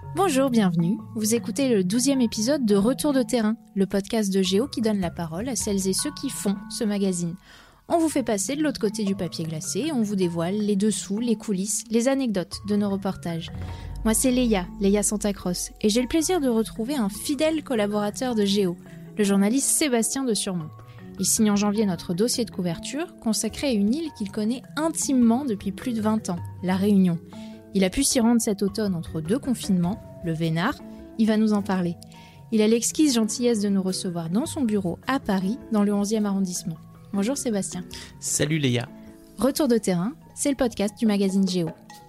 Bonjour, bienvenue. Vous écoutez le 12e épisode de Retour de terrain, le podcast de Géo qui donne la parole à celles et ceux qui font ce magazine. On vous fait passer de l'autre côté du papier glacé, on vous dévoile les dessous, les coulisses, les anecdotes de nos reportages. Moi c'est Léa Santacross, et j'ai le plaisir de retrouver un fidèle collaborateur de Géo, le journaliste Sébastien de Surmont. Il signe en janvier notre dossier de couverture, consacré à une île qu'il connaît intimement depuis plus de 20 ans, la Réunion. Il a pu s'y rendre cet automne entre deux confinements, le Vénard, il va nous en parler. Il a l'exquise gentillesse de nous recevoir dans son bureau à Paris, dans le 11e arrondissement. Bonjour Sébastien. Salut Léa. Retour de terrain, c'est le podcast du magazine Géo.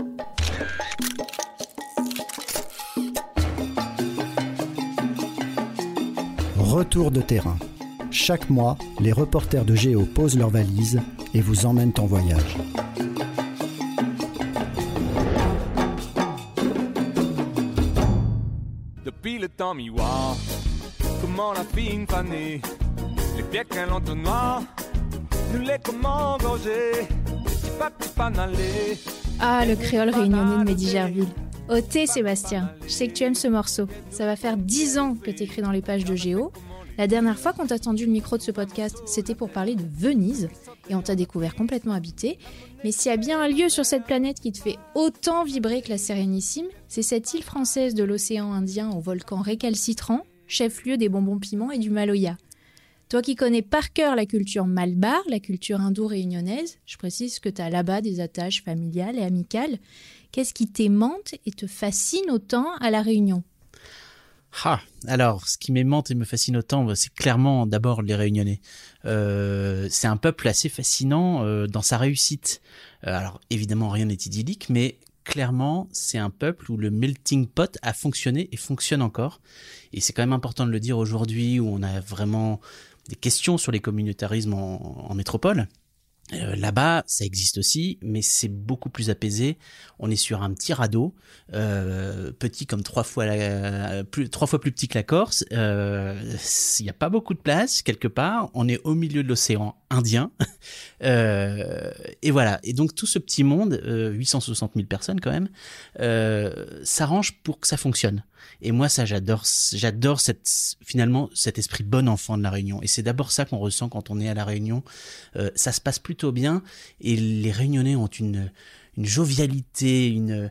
Retour de terrain. Chaque mois, les reporters de Géo posent leurs valises et vous emmènent en voyage. Depuis le temps mi-war, comment la fine fanée, les pieds qu'un l'entonnoir, nous les comment gorger, papi panalé. Ah, le créole réunionnais de Mehdi Gerville. Au thé Sébastien, je sais que tu aimes ce morceau. Ça va faire 10 ans que t'écris dans les pages de Géo. La dernière fois qu'on t'a tendu le micro de ce podcast, c'était pour parler de Venise, et on t'a découvert complètement habité. Mais s'il y a bien un lieu sur cette planète qui te fait autant vibrer que la Sérénissime, c'est cette île française de l'océan Indien au volcan récalcitrant, chef-lieu des bonbons piments et du Maloya. Toi qui connais par cœur la culture malbar, la culture indo-réunionnaise, je précise que tu as là-bas des attaches familiales et amicales, qu'est-ce qui t'aimante et te fascine autant à La Réunion ? Alors, ce qui m'aimante et me fascine autant, c'est clairement d'abord les Réunionnais. C'est un peuple assez fascinant dans sa réussite. Alors, évidemment, rien n'est idyllique, mais clairement, c'est un peuple où le melting pot a fonctionné et fonctionne encore. Et c'est quand même important de le dire aujourd'hui, où on a vraiment des questions sur les communautarismes en métropole. Là-bas, ça existe aussi, mais c'est beaucoup plus apaisé. On est sur un petit radeau, petit comme 3 fois plus petit que la Corse. Il n'y a pas beaucoup de place quelque part. On est au milieu de l'océan Indien. Et voilà. Et donc tout ce petit monde, 860 000 personnes quand même, s'arrange pour que ça fonctionne. Et moi, ça, j'adore finalement cet esprit bon enfant de la Réunion. Et c'est d'abord ça qu'on ressent quand on est à la Réunion. Ça se passe plutôt bien. Et les Réunionnais ont une jovialité,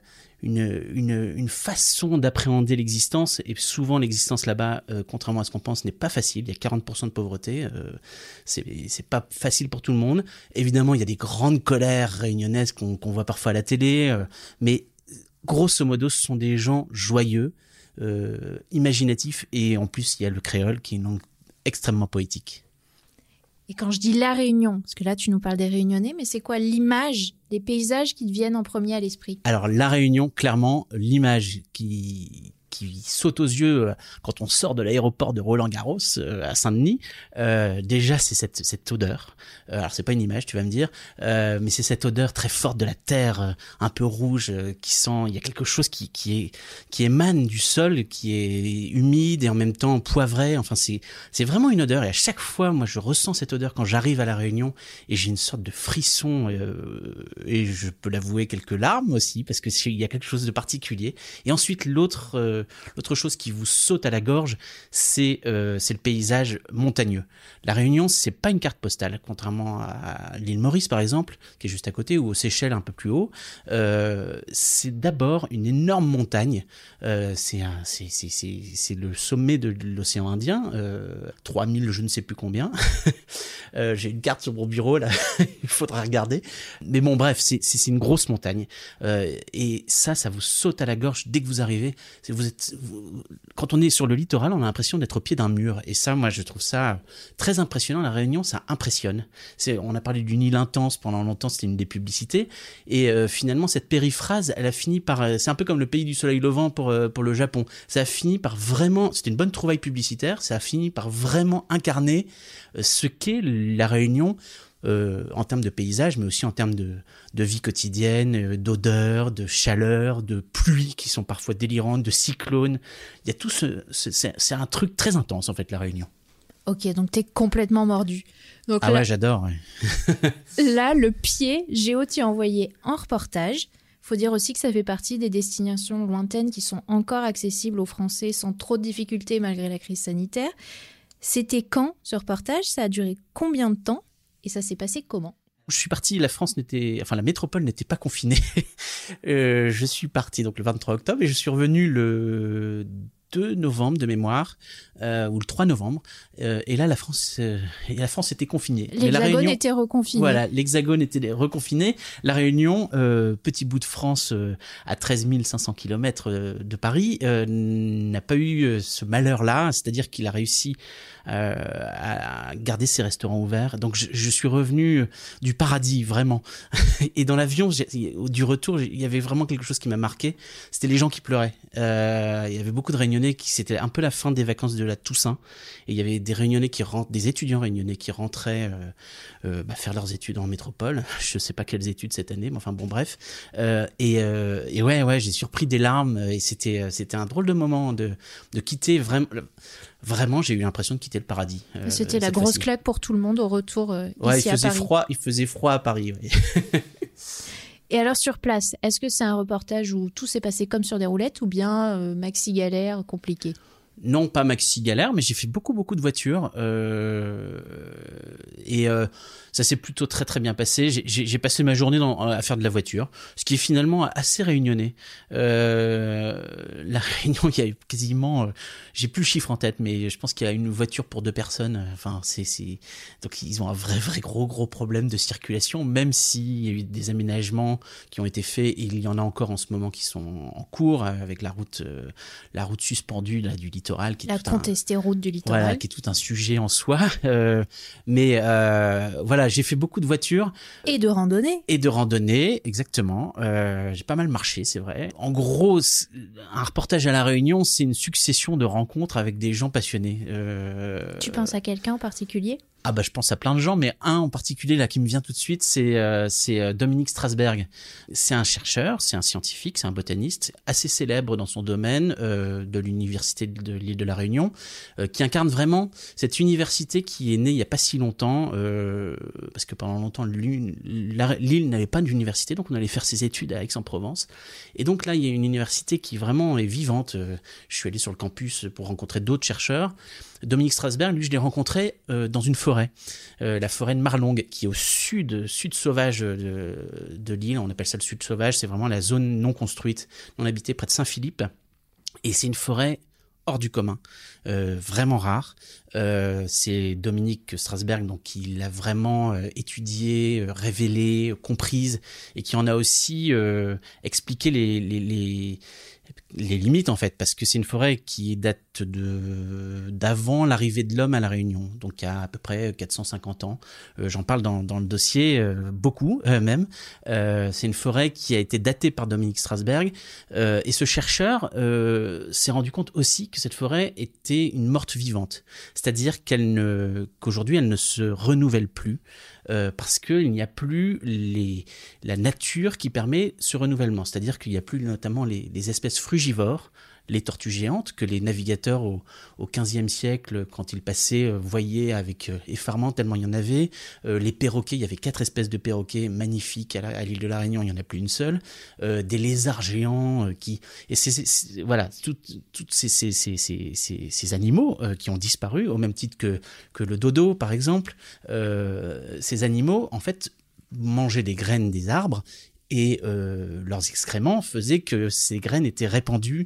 une façon d'appréhender l'existence. Et souvent, l'existence là-bas, contrairement à ce qu'on pense, n'est pas facile. Il y a 40% de pauvreté. C'est pas facile pour tout le monde. Évidemment, il y a des grandes colères réunionnaises qu'on voit parfois à la télé. Mais grosso modo, ce sont des gens joyeux, imaginatif, et en plus il y a le créole qui est une langue extrêmement poétique. Et quand je dis la Réunion, parce que là tu nous parles des Réunionnais, mais c'est quoi l'image, les paysages qui te viennent en premier à l'esprit ? Alors la Réunion, clairement, l'image qui saute aux yeux quand on sort de l'aéroport de Roland-Garros à Saint-Denis, déjà c'est cette odeur. Alors c'est pas une image, tu vas me dire, mais c'est cette odeur très forte de la terre, un peu rouge, qui sent. Il y a quelque chose qui émane du sol, qui est humide et en même temps poivré. Enfin c'est vraiment une odeur. Et à chaque fois, moi je ressens cette odeur quand j'arrive à la Réunion et j'ai une sorte de frisson et je peux l'avouer quelques larmes aussi parce que il y a quelque chose de particulier. Et ensuite l'autre chose qui vous saute à la gorge, c'est le paysage montagneux. La Réunion, c'est pas une carte postale, contrairement à l'île Maurice par exemple, qui est juste à côté, ou aux Seychelles un peu plus haut. C'est d'abord une énorme montagne. C'est le sommet de l'océan Indien, 3000 je ne sais plus combien. J'ai une carte sur mon bureau là, il faudra regarder. Mais bon, bref, c'est une grosse montagne. Et ça vous saute à la gorge dès que vous arrivez. Quand on est sur le littoral, on a l'impression d'être au pied d'un mur. Et ça, moi, je trouve ça très impressionnant. La Réunion, ça impressionne. On a parlé d'une île intense pendant longtemps, c'était une des publicités. Et finalement, cette périphrase, elle a fini par... c'est un peu comme le pays du soleil levant pour le Japon. Ça a fini par vraiment... C'était une bonne trouvaille publicitaire. Ça a fini par vraiment incarner ce qu'est la Réunion en termes de paysage, mais aussi en termes de vie quotidienne, d'odeur, de chaleur, de pluie qui sont parfois délirantes, de cyclones. Il y a tout c'est un truc très intense en fait, la Réunion. Ok, donc t'es complètement mordu. Donc ouais, j'adore. Ouais. Là, le pied, Géo t'y a envoyé en reportage. Faut dire aussi que ça fait partie des destinations lointaines qui sont encore accessibles aux Français sans trop de difficultés malgré la crise sanitaire. C'était quand ce reportage? Ça a duré combien de temps? Et ça s'est passé comment? Je suis parti, la métropole n'était pas confinée. Je suis parti donc le 23 octobre et je suis revenu le 2 novembre de mémoire, ou le 3 novembre. Et là, la France était confinée. L'Hexagone était reconfiné. Voilà, l'Hexagone était reconfiné. La Réunion, petit bout de France à 13 500 km de Paris, n'a pas eu ce malheur-là. C'est-à-dire qu'il a réussi à garder ses restaurants ouverts. Donc je suis revenu du paradis, vraiment. Et dans l'avion, du retour, il y avait vraiment quelque chose qui m'a marqué. C'était les gens qui pleuraient. Il y avait beaucoup de Réunionnais c'était un peu la fin des vacances de la Toussaint. Et il y avait des étudiants réunionnais qui rentraient faire leurs études en métropole. Je sais pas quelles études cette année, mais enfin bon, bref. Et ouais, j'ai surpris des larmes. Et c'était un drôle de moment de quitter vraiment, j'ai eu l'impression de quitter le paradis. C'était la grosse claque pour tout le monde au retour ici à Paris. Il faisait froid à Paris, ouais. Et alors sur place, est-ce que c'est un reportage où tout s'est passé comme sur des roulettes ou bien maxi galère, compliqué? Non, pas maxi galère, mais j'ai fait beaucoup de voitures et ça s'est plutôt très très bien passé. J'ai passé ma journée à faire de la voiture, ce qui est finalement assez réunionnais. La Réunion, il y a quasiment, j'ai plus le chiffre en tête, mais je pense qu'il y a une voiture pour 2 personnes. Enfin, donc ils ont un vrai gros problème de circulation, même s'il y a eu des aménagements qui ont été faits. Et il y en a encore en ce moment qui sont en cours avec la route suspendue là, du littoral. La contestée route du littoral. Voilà, qui est tout un sujet en soi. Mais voilà, j'ai fait beaucoup de voitures. Et de randonnées. Exactement. J'ai pas mal marché, c'est vrai. En gros, un reportage à La Réunion, c'est une succession de rencontres avec des gens passionnés. Tu penses à quelqu'un en particulier ? Ah bah je pense à plein de gens, mais un en particulier là qui me vient tout de suite, c'est Dominique Strasberg. C'est un chercheur, c'est un scientifique, c'est un botaniste assez célèbre dans son domaine de l'université de l'île de la Réunion, qui incarne vraiment cette université qui est née il y a pas si longtemps, parce que pendant longtemps l'île n'avait pas d'université, donc on allait faire ses études à Aix-en-Provence. Et donc là il y a une université qui vraiment est vivante. Je suis allé sur le campus pour rencontrer d'autres chercheurs. Dominique Strasberg, lui, je l'ai rencontré dans une forêt, la forêt de Marlongue, qui est au sud sauvage de l'île. On appelle ça le sud sauvage, c'est vraiment la zone non construite, non habitée, près de Saint-Philippe. Et c'est une forêt hors du commun, vraiment rare. C'est Dominique Strasberg donc, qui l'a vraiment étudiée, révélée, comprise, et qui en a aussi expliqué les limites en fait, parce que c'est une forêt qui date d'avant l'arrivée de l'homme à la Réunion, donc il y a à peu près 450 ans. J'en parle dans le dossier beaucoup même. C'est une forêt qui a été datée par Dominique Strasberg, et ce chercheur s'est rendu compte aussi que cette forêt était une morte vivante, c'est-à-dire qu'aujourd'hui elle ne se renouvelle plus. Parce qu'il n'y a plus la nature qui permet ce renouvellement. C'est-à-dire qu'il n'y a plus notamment les espèces frugivores, les tortues géantes, que les navigateurs au XVe siècle, quand ils passaient, voyaient avec effarement tellement il y en avait. Les perroquets, il y avait 4 espèces de perroquets magnifiques à l'île de la Réunion, il n'y en a plus une seule. Des lézards géants voilà, toutes ces animaux qui ont disparu, au même titre que le dodo, par exemple. Ces animaux, en fait, mangeaient des graines des arbres et leurs excréments faisaient que ces graines étaient répandues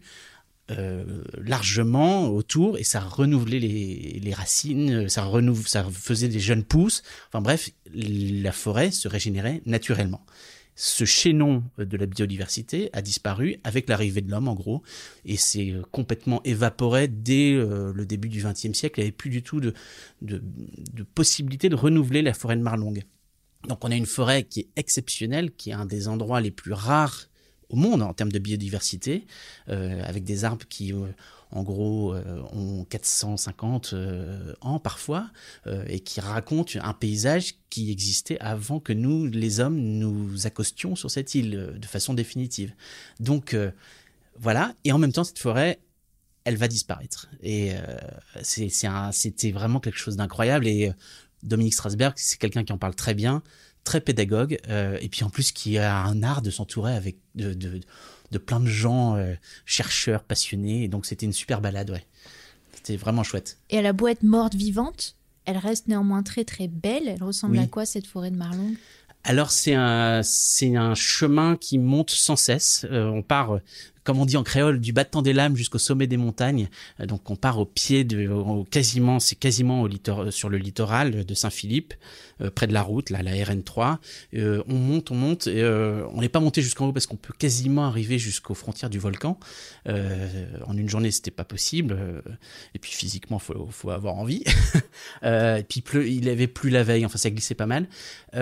largement autour et ça renouvelait les racines, ça faisait des jeunes pousses. Enfin bref, la forêt se régénérait naturellement. Ce chaînon de la biodiversité a disparu avec l'arrivée de l'homme en gros et s'est complètement évaporé dès le début du XXe siècle. Il n'y avait plus du tout de possibilité de renouveler la forêt de Marlongue. Donc on a une forêt qui est exceptionnelle, qui est un des endroits les plus rares au monde en termes de biodiversité, avec des arbres qui, en gros, ont 450 ans parfois, et qui racontent un paysage qui existait avant que nous, les hommes, nous accostions sur cette île de façon définitive. Donc, voilà. Et en même temps, cette forêt, elle va disparaître. Et c'était vraiment quelque chose d'incroyable. Et Dominique Strasberg, c'est quelqu'un qui en parle très bien, très pédagogue, et puis en plus qui a un art de s'entourer avec de plein de gens chercheurs passionnés, et donc c'était une super balade, ouais. C'était vraiment chouette. Et à la boîte morte vivante, elle reste néanmoins très très belle. Elle ressemble à quoi cette forêt de Marlongue ? Alors c'est un chemin qui monte sans cesse. On part, comme on dit en créole, du battant des lames jusqu'au sommet des montagnes. Donc on part au pied quasiment sur le littoral de Saint-Philippe, près de la route, là, la RN3. On monte. On n'est pas monté jusqu'en haut parce qu'on peut quasiment arriver jusqu'aux frontières du volcan. En une journée, c'était pas possible. Et puis physiquement, faut avoir envie. Et puis il avait plu la veille. Enfin, ça glissait pas mal.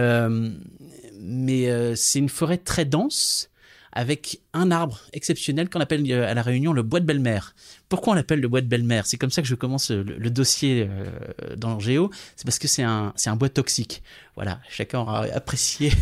Mais c'est une forêt très dense, avec un arbre exceptionnel qu'on appelle à La Réunion le bois de Belle-Mère. Pourquoi on l'appelle le bois de Belle-Mère ? C'est comme ça que je commence le dossier dans Géo. C'est parce que c'est un bois toxique. Voilà, chacun aura apprécié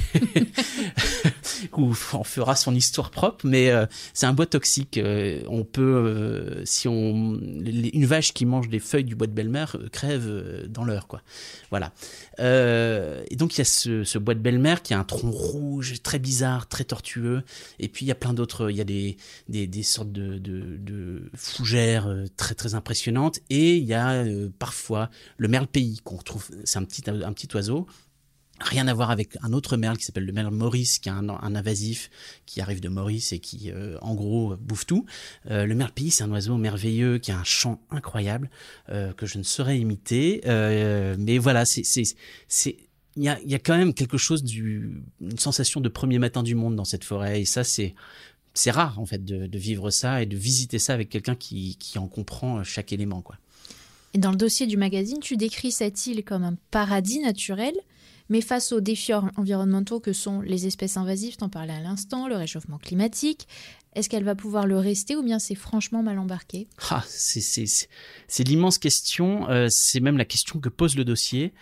ou en fera son histoire propre, mais c'est un bois toxique. On peut, une vache qui mange des feuilles du bois de Belle-Mère crève dans l'heure, quoi. Voilà. Et donc il y a ce bois de Belle-Mère qui a un tronc rouge très bizarre, très tortueux. Et puis il y a plein d'autres. Il y a des sortes de fougères très très impressionnantes. Et il y a parfois le merle-pays qu'on retrouve. C'est un petit oiseau. Rien à voir avec un autre merle qui s'appelle le merle Maurice, qui est un invasif qui arrive de Maurice et qui, en gros, bouffe tout. Le merle-pays, c'est un oiseau merveilleux qui a un chant incroyable que je ne saurais imiter. Mais voilà, il y a quand même quelque chose une sensation de premier matin du monde dans cette forêt. Et ça, c'est rare, en fait, de vivre ça et de visiter ça avec quelqu'un qui en comprend chaque élément, quoi. Et dans le dossier du magazine, tu décris cette île comme un paradis naturel. Mais face aux défis environnementaux que sont les espèces invasives, t'en parlais à l'instant, le réchauffement climatique, est-ce qu'elle va pouvoir le rester ou bien c'est franchement mal embarqué ? C'est l'immense question, c'est même la question que pose le dossier,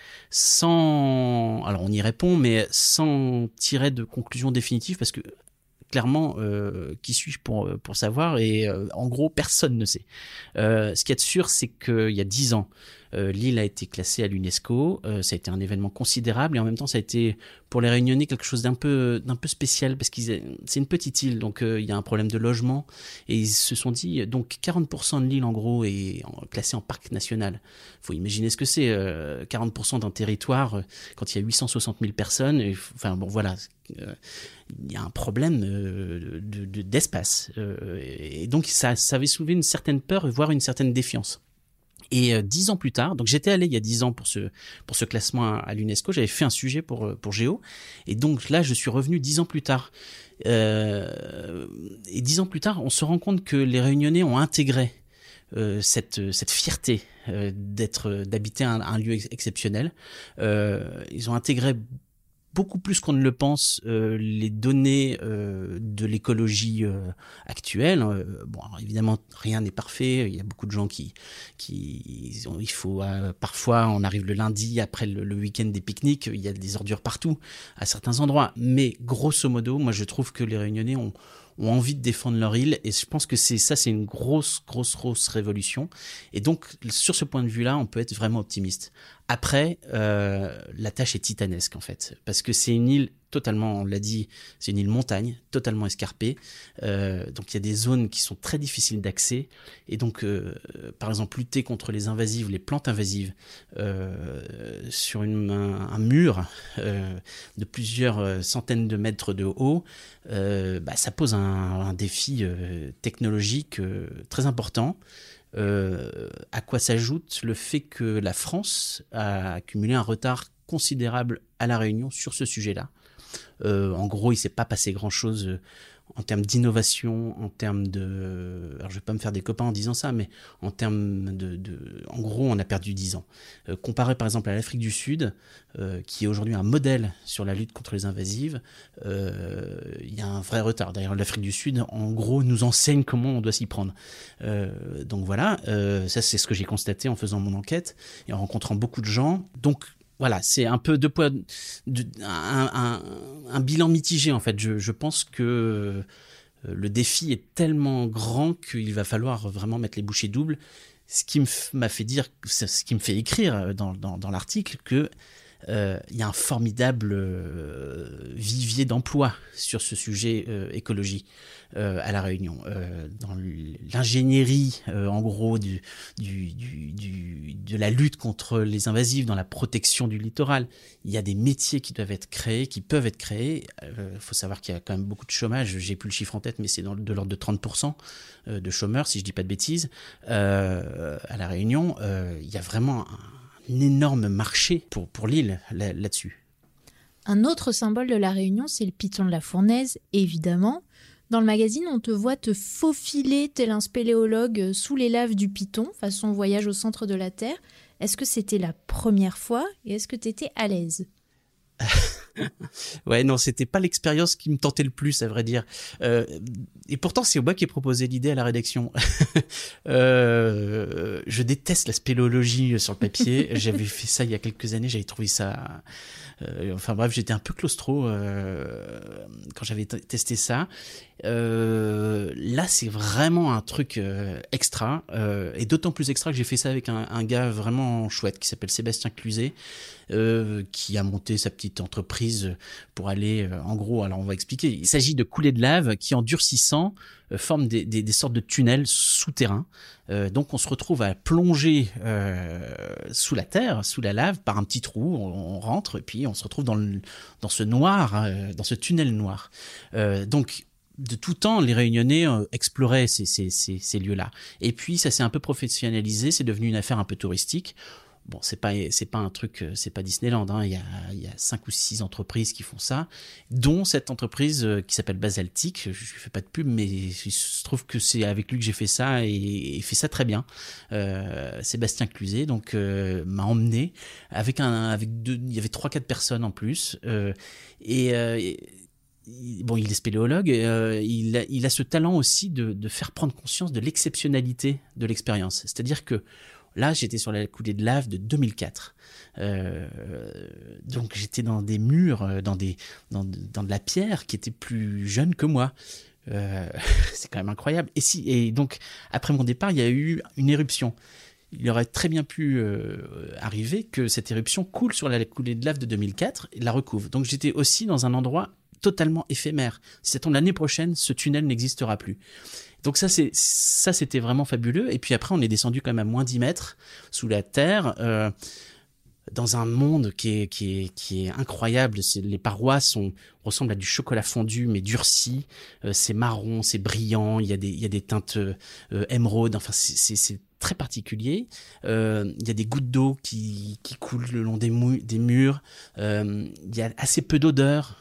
alors on y répond, mais sans tirer de conclusion définitive, parce que clairement, qui suis-je pour savoir ? Et en gros, personne ne sait. Ce qu'il y a de sûr, c'est qu'il y a 10 ans, l'île a été classée à l'UNESCO. Ça a été un événement considérable et en même temps, ça a été pour les Réunionnais quelque chose d'un peu spécial parce que c'est une petite île, donc il y a un problème de logement et ils se sont dit donc 40% de l'île en gros est classée en parc national. Faut imaginer ce que c'est 40% d'un territoire quand il y a 860 000 personnes. Enfin bon voilà. Il y a un problème d'espace. Et donc, ça avait soulevé une certaine peur, voire une certaine défiance. Et 10 ans plus tard, donc j'étais allé il y a 10 ans pour ce classement à l'UNESCO, j'avais fait un sujet pour Géo, et donc là, je suis revenu 10 ans plus tard. Et 10 ans plus tard, on se rend compte que les Réunionnais ont intégré cette fierté d'habiter un lieu exceptionnel. Ils ont intégré beaucoup plus qu'on ne le pense, les données de l'écologie actuelle. Bon, alors évidemment, rien n'est parfait. Il y a beaucoup de gens il faut parfois, on arrive le lundi après le week-end des pique-niques, il y a des ordures partout à certains endroits. Mais grosso modo, moi, je trouve que les Réunionnais ont envie de défendre leur île et je pense que c'est une grosse révolution. Et donc, sur ce point de vue-là, on peut être vraiment optimiste. Après, la tâche est titanesque en fait, parce que c'est une île totalement, on l'a dit, c'est une île montagne, totalement escarpée. Donc il y a des zones qui sont très difficiles d'accès. Et donc, par exemple, lutter contre les plantes invasives, sur un mur de plusieurs centaines de mètres de haut, ça pose un défi technologique très important. À quoi s'ajoute le fait que la France a accumulé un retard considérable à La Réunion sur ce sujet-là. En gros, il ne s'est pas passé grand-chose en termes d'innovation, en termes de... Alors, je ne vais pas me faire des copains en disant ça, mais en termes en gros, on a perdu 10 ans. Comparé par exemple à l'Afrique du Sud, qui est aujourd'hui un modèle sur la lutte contre les invasives, il y a un vrai retard. D'ailleurs, l'Afrique du Sud, en gros, nous enseigne comment on doit s'y prendre. Donc voilà, ça c'est ce que j'ai constaté en faisant mon enquête et en rencontrant beaucoup de gens. Donc, voilà, c'est un peu un bilan mitigé en fait. Je pense que le défi est tellement grand qu'il va falloir vraiment mettre les bouchées doubles. Ce qui m'a fait dire, ce qui me fait écrire dans l'article que il y a un formidable vivier d'emploi sur ce sujet écologie à La Réunion. Dans l'ingénierie, en gros, de la lutte contre les invasives, dans la protection du littoral, il y a des métiers qui doivent être créés, qui peuvent être créés. Faut savoir qu'il y a quand même beaucoup de chômage. J'ai plus le chiffre en tête, mais c'est de l'ordre de 30% de chômeurs, si je dis pas de bêtises. À La Réunion, il y a vraiment un énorme marché pour l'île là-dessus. Un autre symbole de La Réunion, c'est le piton de la Fournaise, évidemment. Dans le magazine, on te voit te faufiler tel un spéléologue sous les laves du piton, façon voyage au centre de la Terre. Est-ce que c'était la première fois et est-ce que tu étais à l'aise ? Ouais, non, c'était pas l'expérience qui me tentait le plus, à vrai dire. Et pourtant, c'est moi qui ai proposé l'idée à la rédaction. Je déteste la spéléologie sur le papier. J'avais fait ça il y a quelques années, j'avais trouvé ça... enfin bref, j'étais un peu claustro quand j'avais testé ça. Là, c'est vraiment un truc extra, et d'autant plus extra que j'ai fait ça avec un gars vraiment chouette qui s'appelle Sébastien Cluzet, qui a monté sa petite entreprise pour aller, en gros, alors on va expliquer. Il s'agit de coulées de lave qui, en durcissant, forment des sortes de tunnels souterrains. Donc on se retrouve à plonger sous la terre, sous la lave, par un petit trou. On rentre et puis on se retrouve dans ce noir, dans ce tunnel noir. Donc de tout temps, les Réunionnais exploraient ces lieux-là. Et puis ça s'est un peu professionnalisé, c'est devenu une affaire un peu touristique. Bon, c'est pas un truc, c'est pas Disneyland, hein. Il y a 5 ou 6 entreprises qui font ça, dont cette entreprise qui s'appelle Basaltique. Je lui fais pas de pub, mais il se trouve que c'est avec lui que j'ai fait ça et il fait ça très bien. Sébastien Cluzet, donc, m'a emmené avec il y avait 3-4 personnes en plus, bon, il est spéléologue, il a ce talent aussi de faire prendre conscience de l'exceptionnalité de l'expérience. C'est-à-dire que là, j'étais sur la coulée de lave de 2004. Donc, j'étais dans des murs, dans de la pierre qui était plus jeune que moi. C'est quand même incroyable. Et donc, après mon départ, il y a eu une éruption. Il aurait très bien pu arriver que cette éruption coule sur la coulée de lave de 2004 et la recouvre. Donc, j'étais aussi dans un endroit totalement éphémère. Si ça tombe l'année prochaine, ce tunnel n'existera plus. Donc ça, c'était vraiment fabuleux. Et puis après, on est descendu quand même à moins 10 mètres sous la terre, dans un monde qui est incroyable. Les parois ressemblent à du chocolat fondu, mais durci. C'est marron, c'est brillant. Il y a des teintes émeraude. Enfin, c'est très particulier. Il y a des gouttes d'eau qui coulent le long des murs. Il y a assez peu d'odeur.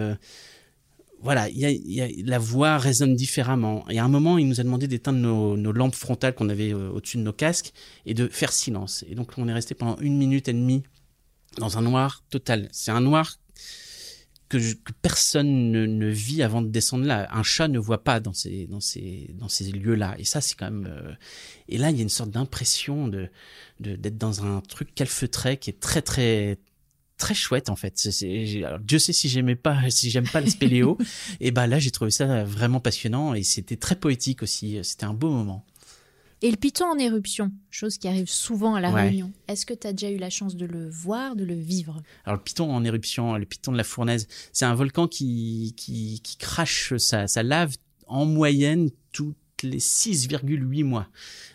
Voilà, la voix résonne différemment. Et à un moment, il nous a demandé d'éteindre nos lampes frontales qu'on avait au-dessus de nos casques et de faire silence. Et donc, on est resté pendant 1 minute et demie dans un noir total. C'est un noir que personne ne vit avant de descendre là. Un chat ne voit pas dans ces lieux-là. Et ça, c'est quand même... Et là, il y a une sorte d'impression d'être dans un truc calfeutré qui est très, très... très chouette en fait. Alors, Dieu sait si j'aime pas le spéléo. Et ben là, j'ai trouvé ça vraiment passionnant et c'était très poétique aussi. C'était un beau moment. Et le piton en éruption, chose qui arrive souvent à La Réunion. Est-ce que tu as déjà eu la chance de le voir, de le vivre ? Alors le piton en éruption, le piton de la Fournaise, c'est un volcan qui crache sa lave en moyenne toutes les 6,8 mois.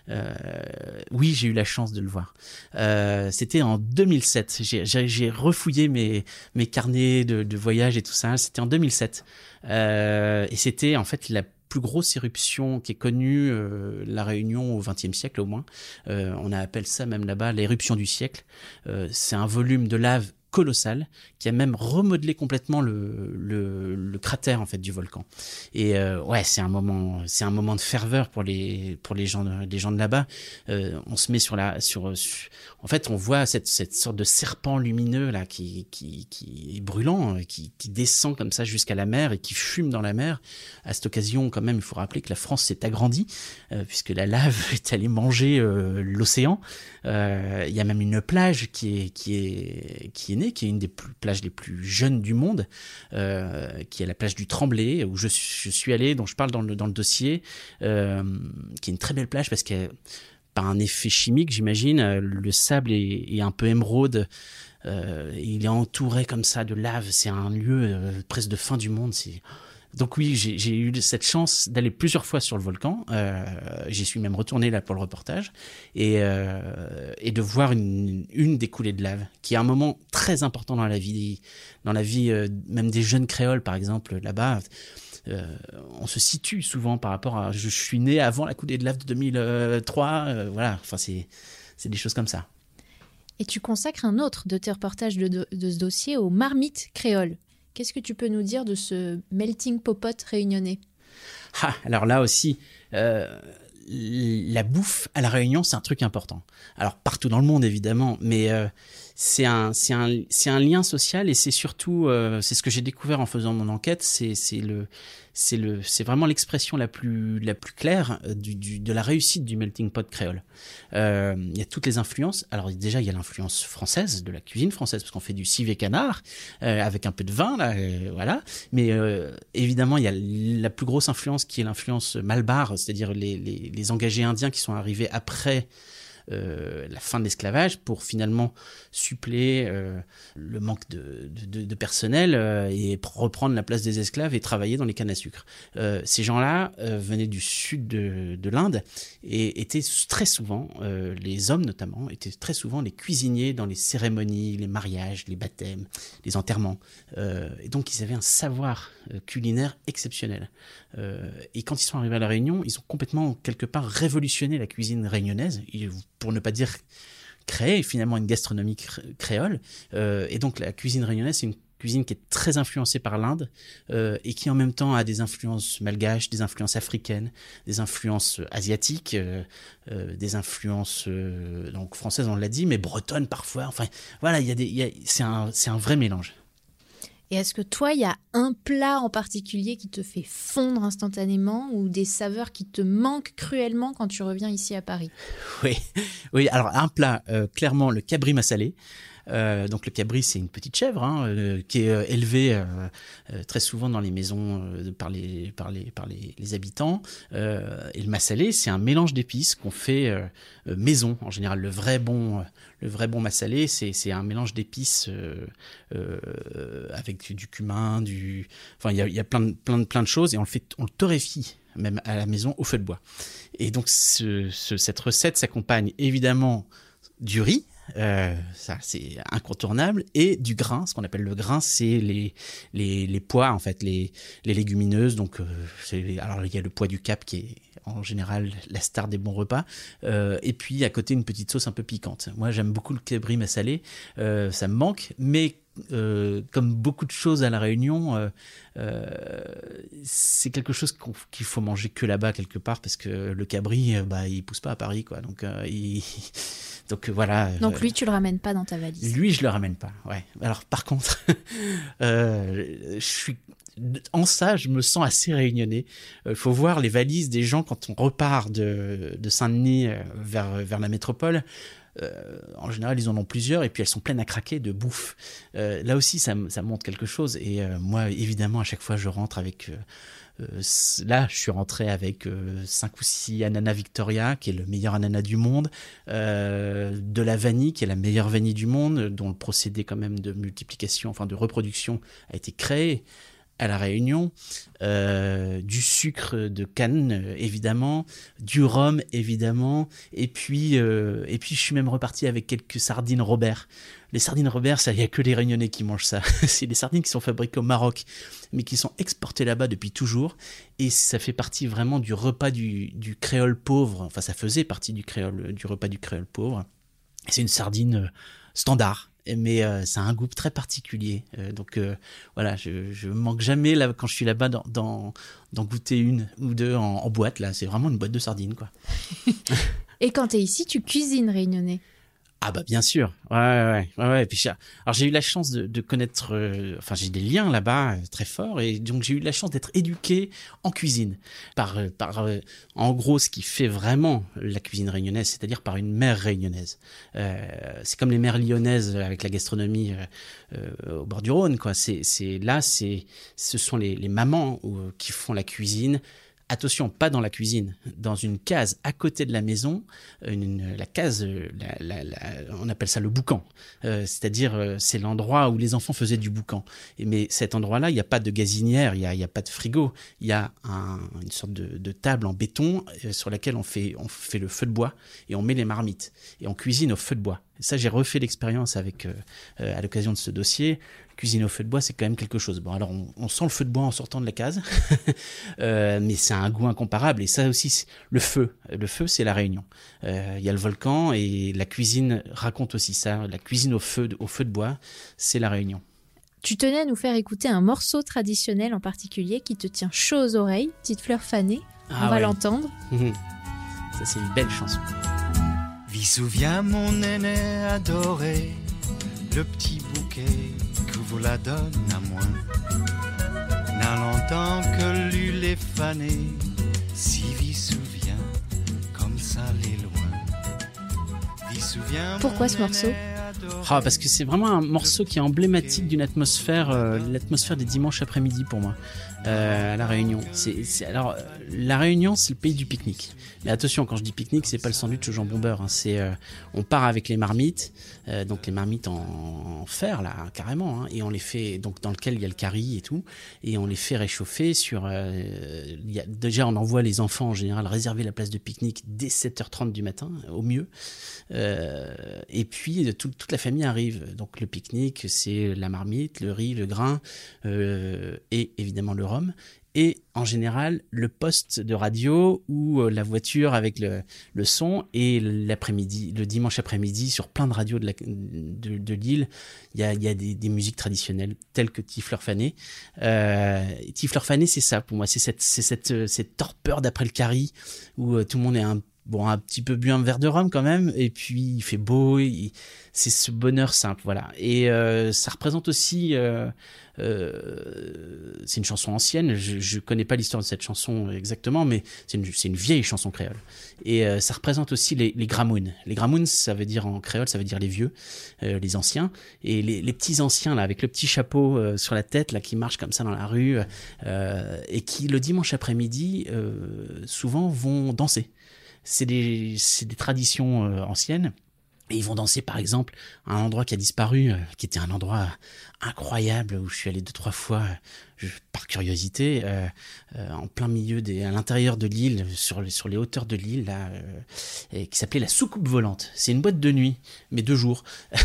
Oui, j'ai eu la chance de le voir. C'était en 2007. J'ai refouillé mes carnets de voyage et tout ça. C'était en 2007. Et c'était en fait la plus grosse éruption qui est connue, La Réunion au XXe siècle au moins. On appelle ça même là-bas l'éruption du siècle. C'est un volume de lave colossal qui a même remodelé complètement le cratère en fait du volcan. Et ouais, c'est un moment de ferveur pour les gens de là-bas. On se met en fait, on voit cette sorte de serpent lumineux là qui est brûlant, qui descend comme ça jusqu'à la mer et qui fume dans la mer. À cette occasion, quand même, il faut rappeler que la France s'est agrandie puisque la lave est allée manger l'océan. Il y a même une plage qui est née, qui est une des plages les plus jeunes du monde, qui est la plage du Tremblay, où je suis allé, dont je parle dans le dossier, qui est une très belle plage parce que par un effet chimique, j'imagine. Le sable est un peu émeraude. Il est entouré comme ça de lave. C'est un lieu presque de fin du monde. Donc oui, j'ai eu cette chance d'aller plusieurs fois sur le volcan. J'y suis même retourné là pour le reportage et de voir une des coulées de lave, qui est un moment très important dans la vie même des jeunes créoles, par exemple, là-bas. On se situe souvent par rapport à... Je suis né avant la coulée de lave de 2003. Voilà, enfin c'est des choses comme ça. Et tu consacres un autre de tes reportages de ce dossier aux marmites créoles. Qu'est-ce que tu peux nous dire de ce melting popote réunionnais ? Alors là aussi, la bouffe à La Réunion, c'est un truc important. Alors partout dans le monde, évidemment, mais c'est un lien social et c'est surtout, c'est ce que j'ai découvert en faisant mon enquête, c'est vraiment l'expression la plus claire de la réussite du melting pot créole. Il y a toutes les influences. Alors déjà, il y a l'influence française, de la cuisine française, parce qu'on fait du civet canard avec un peu de vin, là, voilà. Mais évidemment, il y a la plus grosse influence qui est l'influence Malbar, c'est-à-dire les engagés indiens qui sont arrivés après la fin de l'esclavage pour finalement suppléer le manque de personnel et reprendre la place des esclaves et travailler dans les cannes à sucre. Ces gens-là venaient du sud de l'Inde et étaient très souvent, les hommes notamment, étaient très souvent les cuisiniers dans les cérémonies, les mariages, les baptêmes, les enterrements. Et donc ils avaient un savoir culinaire exceptionnel. Et quand ils sont arrivés à La Réunion, ils ont complètement, quelque part, révolutionné la cuisine réunionnaise, pour ne pas dire créer finalement une gastronomie créole. Et donc la cuisine réunionnaise, c'est une cuisine qui est très influencée par l'Inde et qui en même temps a des influences malgaches, des influences africaines, des influences asiatiques, des influences donc françaises, on l'a dit, mais bretonnes parfois. Enfin voilà, c'est un vrai mélange. Et est-ce que toi, il y a un plat en particulier qui te fait fondre instantanément ou des saveurs qui te manquent cruellement quand tu reviens ici à Paris ? Oui. Alors un plat, clairement le cabri massalé. Donc le cabri, c'est une petite chèvre qui est élevée très souvent dans les maisons par les habitants. Et le massalé, c'est un mélange d'épices qu'on fait maison. En général, le vrai bon massalé, c'est un mélange d'épices avec du cumin, enfin il y a plein de choses et on le torréfie même à la maison au feu de bois. Et donc cette recette s'accompagne évidemment du riz. Ça c'est incontournable, et du grain. Ce qu'on appelle le grain, c'est les pois en fait, les légumineuses. Donc alors il y a le pois du Cap qui est en général la star des bons repas, et puis à côté une petite sauce un peu piquante. Moi j'aime beaucoup le cabri massalé, ça me manque, mais comme beaucoup de choses à La Réunion, c'est quelque chose qu'il faut manger que là-bas quelque part, parce que le cabri, il pousse pas à Paris, quoi. Donc voilà. Donc lui, tu le ramènes pas dans ta valise. Lui, je le ramène pas. Ouais. Alors par contre, je me sens assez réunionnais. Faut voir les valises des gens quand on repart de Saint-Denis vers la métropole. En général, ils en ont plusieurs et puis elles sont pleines à craquer de bouffe. Là aussi, ça montre quelque chose. Et moi, évidemment, à chaque fois, je rentre avec... là, je suis rentré avec 5 ou 6 ananas Victoria, qui est le meilleur ananas du monde, de la vanille, qui est la meilleure vanille du monde, dont le procédé quand même de multiplication, enfin de reproduction, a été créé à La Réunion, du sucre de canne évidemment, du rhum évidemment, et puis je suis même reparti avec quelques sardines Robert. Les sardines Robert, ça, il y a que les Réunionnais qui mangent ça. C'est des sardines qui sont fabriquées au Maroc, mais qui sont exportées là-bas depuis toujours, et ça fait partie vraiment du repas du créole pauvre. Enfin, ça faisait partie du repas du créole pauvre. Et c'est une sardine standard. Mais ça a un goût très particulier. Donc voilà, je manque jamais là, quand je suis là-bas d'en goûter une ou deux en boîte. Là, c'est vraiment une boîte de sardines, quoi. Et quand tu es ici, tu cuisines réunionnais? Ah bah bien sûr, ouais. Et puis, alors j'ai eu la chance de connaître, enfin j'ai des liens là-bas très forts, et donc j'ai eu la chance d'être éduqué en cuisine par en gros ce qui fait vraiment la cuisine réunionnaise, c'est-à-dire par une mère réunionnaise. C'est comme les mères lyonnaises avec la gastronomie au bord du Rhône, quoi. Ce sont les mamans qui font la cuisine Attention, pas dans la cuisine, dans une case à côté de la maison, la case, on appelle ça le boucan. C'est-à-dire, c'est l'endroit où les enfants faisaient du boucan. Mais cet endroit-là, il n'y a pas de gazinière, il y a pas de frigo. Il y a une sorte de table en béton sur laquelle on fait le feu de bois et on met les marmites. Et on cuisine au feu de bois. Et ça, j'ai refait l'expérience à l'occasion de ce dossier. Cuisiner au feu de bois, c'est quand même quelque chose. Bon, alors on sent le feu de bois en sortant de la case, mais c'est un goût incomparable. Et ça aussi, le feu, c'est la Réunion. Il y a le volcan et la cuisine raconte aussi ça. La cuisine au feu de bois, c'est la Réunion. Tu tenais à nous faire écouter un morceau traditionnel en particulier qui te tient chaud aux oreilles, Petite fleur fanée. On va l'entendre. Ça, c'est une belle chanson. Vis souviens mon aîné adoré, le petit bouquet que vous la donne à moi. N'a longtemps que lui les fané, si vis souviens comme ça les loin. Vis souviens. Pourquoi ce morceau? Parce que c'est vraiment un morceau qui est emblématique d'une atmosphère, l'atmosphère des dimanches après-midi pour moi. À La Réunion. Alors, La Réunion, c'est le pays du pique-nique. Mais attention, quand je dis pique-nique, c'est pas le sandwich au jambon beurre. On part avec les marmites, donc les marmites en fer là, carrément, et on les fait donc dans lequel il y a le curry et tout, et on les fait réchauffer déjà on envoie les enfants en général réserver la place de pique-nique dès 7h30 du matin au mieux, et puis toute la famille arrive. Donc le pique-nique, c'est la marmite, le riz, le grain, et évidemment le rhum. Et en général, le poste de radio ou la voiture avec le son. Et l'après-midi, le dimanche après-midi, sur plein de radios de l'île, il y a des musiques traditionnelles telles que Petite fleur fanée. Petite fleur fanée, c'est ça pour moi. C'est cette torpeur d'après le curry où tout le monde est un petit peu bu un verre de rhum quand même, et puis il fait beau, c'est ce bonheur simple, voilà. Et ça représente aussi, c'est une chanson ancienne, je connais pas l'histoire de cette chanson exactement, mais c'est une vieille chanson créole. Et ça représente aussi les gramounes. Les gramounes, ça veut dire en créole, ça veut dire les vieux, les anciens, et les petits anciens là, avec le petit chapeau sur la tête là, qui marchent comme ça dans la rue, et qui le dimanche après-midi souvent vont danser. C'est des traditions anciennes. Et ils vont danser, par exemple, à un endroit qui a disparu, qui était un endroit incroyable où je suis allé 2-3 fois par curiosité, en plein milieu à l'intérieur de l'île, sur les hauteurs de l'île, là, qui s'appelait la soucoupe volante. C'est une boîte de nuit, mais 2 jours.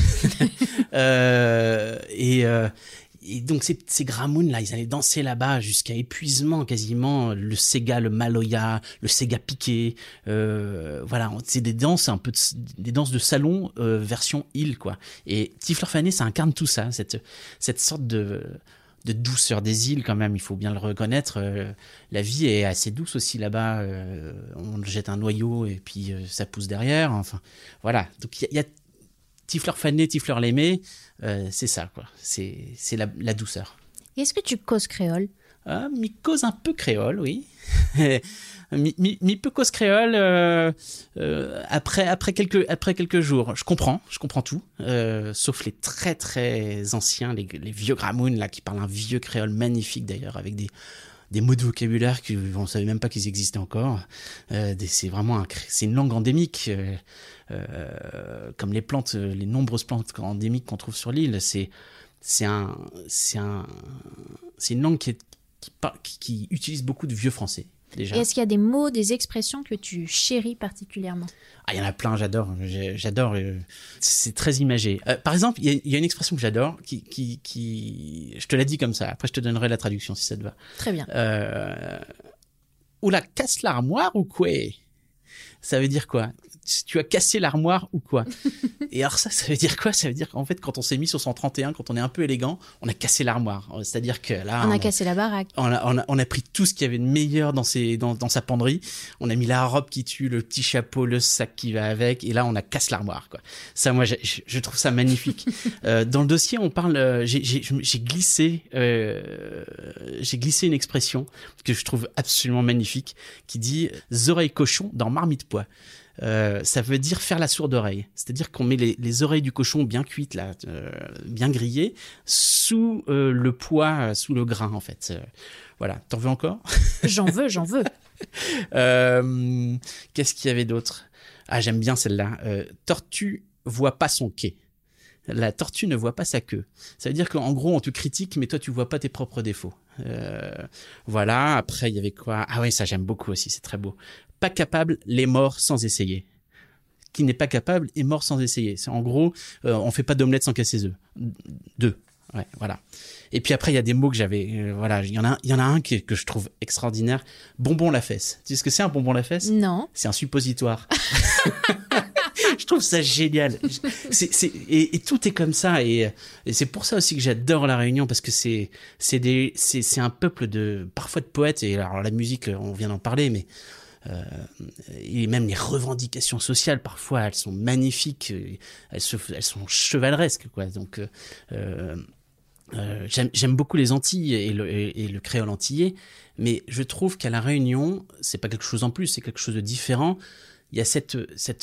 Et donc ces gramounes là, ils allaient danser là-bas jusqu'à épuisement quasiment, le Sega, le Maloya, le Sega piqué, voilà, c'est des danses des danses de salon version île quoi. Et Petite fleur fanée, ça incarne tout ça, cette sorte de douceur des îles quand même, il faut bien le reconnaître. La vie est assez douce aussi là-bas, on jette un noyau et puis ça pousse derrière, enfin voilà. Donc il y a Petite fleur fanée, Petite fleur l'aimée, c'est ça quoi, c'est la douceur. Et est-ce que tu causes créole? Mi cause un peu créole, oui. mi peu cause créole après quelques jours. Je comprends tout, sauf les très très anciens, les vieux gramounes là qui parlent un vieux créole magnifique d'ailleurs avec des mots de vocabulaire qu'on ne savait même pas qu'ils existaient encore. C'est vraiment c'est une langue endémique, comme les plantes, les nombreuses plantes endémiques qu'on trouve sur l'île. C'est une langue qui utilise beaucoup de vieux français. Déjà. Et est-ce qu'il y a des mots, des expressions que tu chéris particulièrement? Il y en a plein, j'adore. C'est très imagé. Par exemple, il y a une expression que j'adore, qui je te la dis comme ça. Après, je te donnerai la traduction si ça te va. Très bien. Oula, casse l'armoire ou quoi? Ça veut dire quoi? Tu as cassé l'armoire ou quoi? Et alors ça veut dire quoi? Ça veut dire qu'en fait, quand on s'est mis sur 131, quand on est un peu élégant, on a cassé l'armoire. C'est-à-dire que là... On a cassé la baraque. On a pris tout ce qu'il y avait de meilleur dans sa penderie. On a mis la robe qui tue, le petit chapeau, le sac qui va avec. Et là, on a cassé l'armoire, quoi. Ça, moi, je trouve ça magnifique. Dans le dossier, on parle... J'ai glissé une expression que je trouve absolument magnifique qui dit « oreilles cochon dans marmite pois ». Ça veut dire faire la sourde oreille, c'est-à-dire qu'on met les oreilles du cochon bien cuites là, bien grillées sous le pois, sous le grain en fait. Voilà, t'en veux encore? J'en veux. Qu'est-ce qu'il y avait d'autre? Ah, j'aime bien celle-là. Tortue voit pas son quai. La tortue ne voit pas sa queue. Ça veut dire qu'en gros, on te critique, mais toi, tu vois pas tes propres défauts. Voilà. Après, il y avait quoi? Ah oui, ça, j'aime beaucoup aussi. C'est très beau. Pas capable, les morts sans essayer. Qui n'est pas capable est mort sans essayer. C'est en gros, on fait pas d'omelette sans casser ses œufs. 2. Ouais, voilà. Et puis après, il y a des mots que j'avais. Voilà, il y en a un que je trouve extraordinaire. Bonbon la fesse. Tu sais ce que c'est un bonbon la fesse? Non. C'est un suppositoire. Je trouve ça génial. Et tout est comme ça. Et c'est pour ça aussi que j'adore La Réunion, parce que c'est un peuple parfois de poètes. Et alors la musique, on vient d'en parler, mais et même les revendications sociales, parfois, elles sont magnifiques. Elles sont chevaleresques, quoi. Donc, j'aime beaucoup les Antilles et le créole antillais, mais je trouve qu'à La Réunion, c'est pas quelque chose en plus, c'est quelque chose de différent. Il y a cette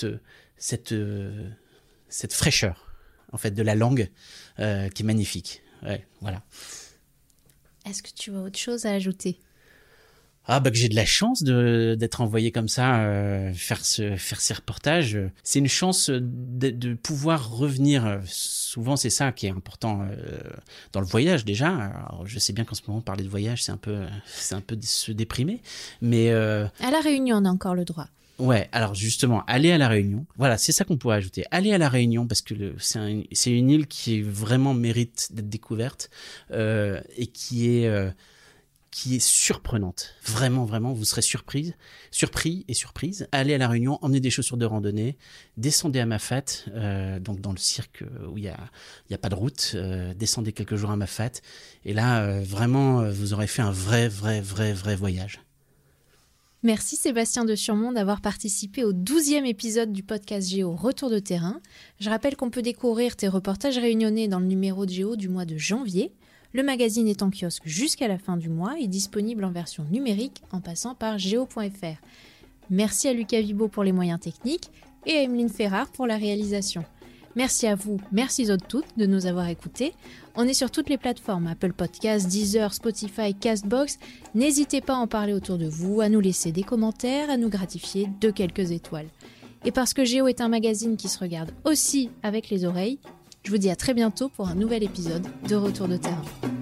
fraîcheur, en fait, de la langue qui est magnifique. Ouais, voilà. Est-ce que tu as autre chose à ajouter? Ah bah que j'ai de la chance d'être envoyé comme ça faire ces reportages. C'est une chance de pouvoir revenir. Souvent c'est ça qui est important dans le voyage déjà. Alors, je sais bien qu'en ce moment parler de voyage c'est un peu se déprimer, mais à La Réunion on a encore le droit. Ouais, alors justement, aller à La Réunion, voilà, c'est ça qu'on pourrait ajouter. Aller à La Réunion, parce que c'est une île qui vraiment mérite d'être découverte et qui est surprenante. Vraiment, vraiment, vous serez surpris et surprise. Allez à La Réunion, emmenez des chaussures de randonnée, descendez à Mafate, donc dans le cirque où il y a pas de route, descendez quelques jours à Mafate, et là, vraiment, vous aurez fait un vrai voyage. Merci Sébastien de Surmont d'avoir participé au 12e épisode du podcast Géo Retour de terrain. Je rappelle qu'on peut découvrir tes reportages réunionnais dans le numéro de Géo du mois de janvier. Le magazine est en kiosque jusqu'à la fin du mois et disponible en version numérique en passant par géo.fr. Merci à Lucas Vibo pour les moyens techniques et à Emeline Ferrard pour la réalisation. Merci à vous, merci aux toutes de nous avoir écoutés. On est sur toutes les plateformes, Apple Podcasts, Deezer, Spotify, Castbox. N'hésitez pas à en parler autour de vous, à nous laisser des commentaires, à nous gratifier de quelques étoiles. Et parce que Géo est un magazine qui se regarde aussi avec les oreilles, je vous dis à très bientôt pour un nouvel épisode de Retour de terrain.